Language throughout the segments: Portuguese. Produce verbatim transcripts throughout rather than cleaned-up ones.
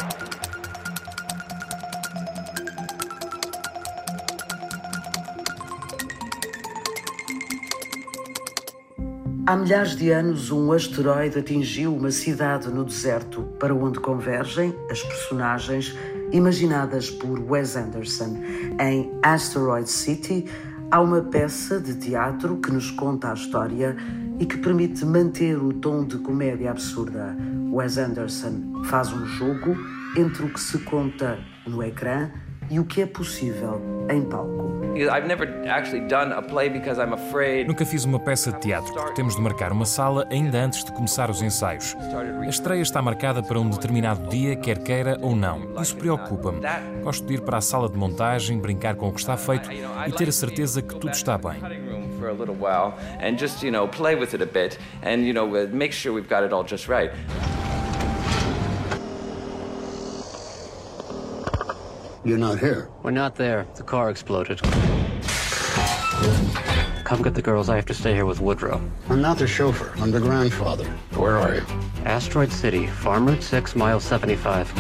Há milhares de anos, um asteroide atingiu uma cidade no deserto, para onde convergem as personagens imaginadas por Wes Anderson. Em Asteroid City, há uma peça de teatro que nos conta a história e que permite manter o tom de comédia absurda. Wes Anderson faz um jogo entre o que se conta no ecrã e o que é possível em palco. Nunca fiz uma peça de teatro, porque temos de marcar uma sala ainda antes de começar os ensaios. A estreia está marcada para um determinado dia, quer queira ou não. Isso preocupa-me. Gosto de ir para a sala de montagem, brincar com o que está feito e ter a certeza que tudo está bem. You're not here. We're not there. The car exploded. Come get the girls. I have to stay here with Woodrow. I'm not the chauffeur. I'm the grandfather. Where are you? Asteroid City, Farm Route six, mile seventy-five.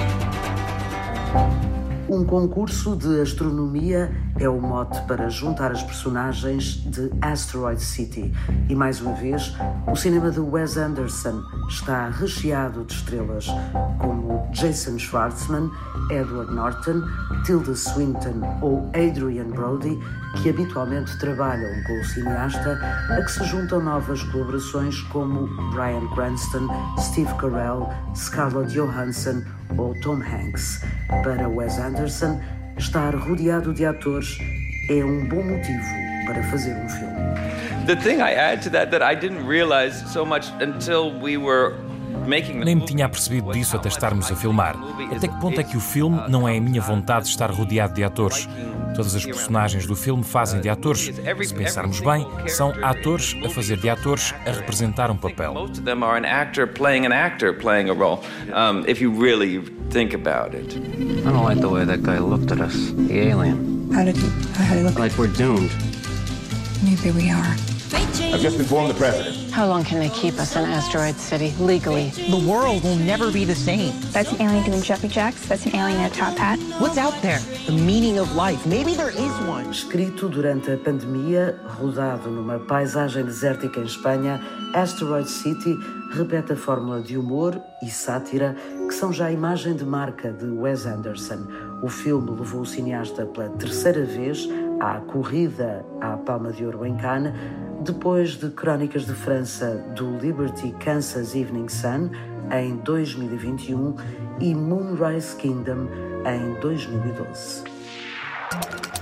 Um concurso de astronomia é o mote para juntar as personagens de Asteroid City. E, mais uma vez, o cinema de Wes Anderson está recheado de estrelas como Jason Schwartzman, Edward Norton, Tilda Swinton ou Adrian Brody, que habitualmente trabalham com o cineasta, a que se juntam novas colaborações como Bryan Cranston, Steve Carell, Scarlett Johansson ou Tom Hanks. Para Wes Anderson, estar rodeado de atores é um bom motivo para fazer um filme. The thing I add to that that I didn't realize so much until we were Nem me tinha apercebido disso até estarmos a filmar. Até que ponto é que o filme não é a minha vontade de estar rodeado de atores? Todas as personagens do filme fazem de atores. Se pensarmos bem, são atores a fazer de atores a representar um papel. Most of them are an actor playing an actor playing a role. Um, if you really think about it. I don't like the way that guy looked at us. The alien. How did he, how did he look? Like we're doomed. Maybe we are. I've just informed the president. How long can they keep us in Asteroid City, legally? The world will never be the same. That's an alien doing jumpy jacks. That's an alien in a top hat. What's out there? The meaning of life. Maybe there is one. Escrito durante a pandemia, rodado numa paisagem desértica em Espanha, Asteroid City repete a fórmula de humor e sátira que são já a imagem de marca de Wes Anderson. O filme levou o cineasta pela terceira vez à corrida à Palma de Ouro em Cannes, depois de Crónicas de França do Liberty Kansas Evening Sun em dois mil e vinte e um e Moonrise Kingdom em dois mil e doze.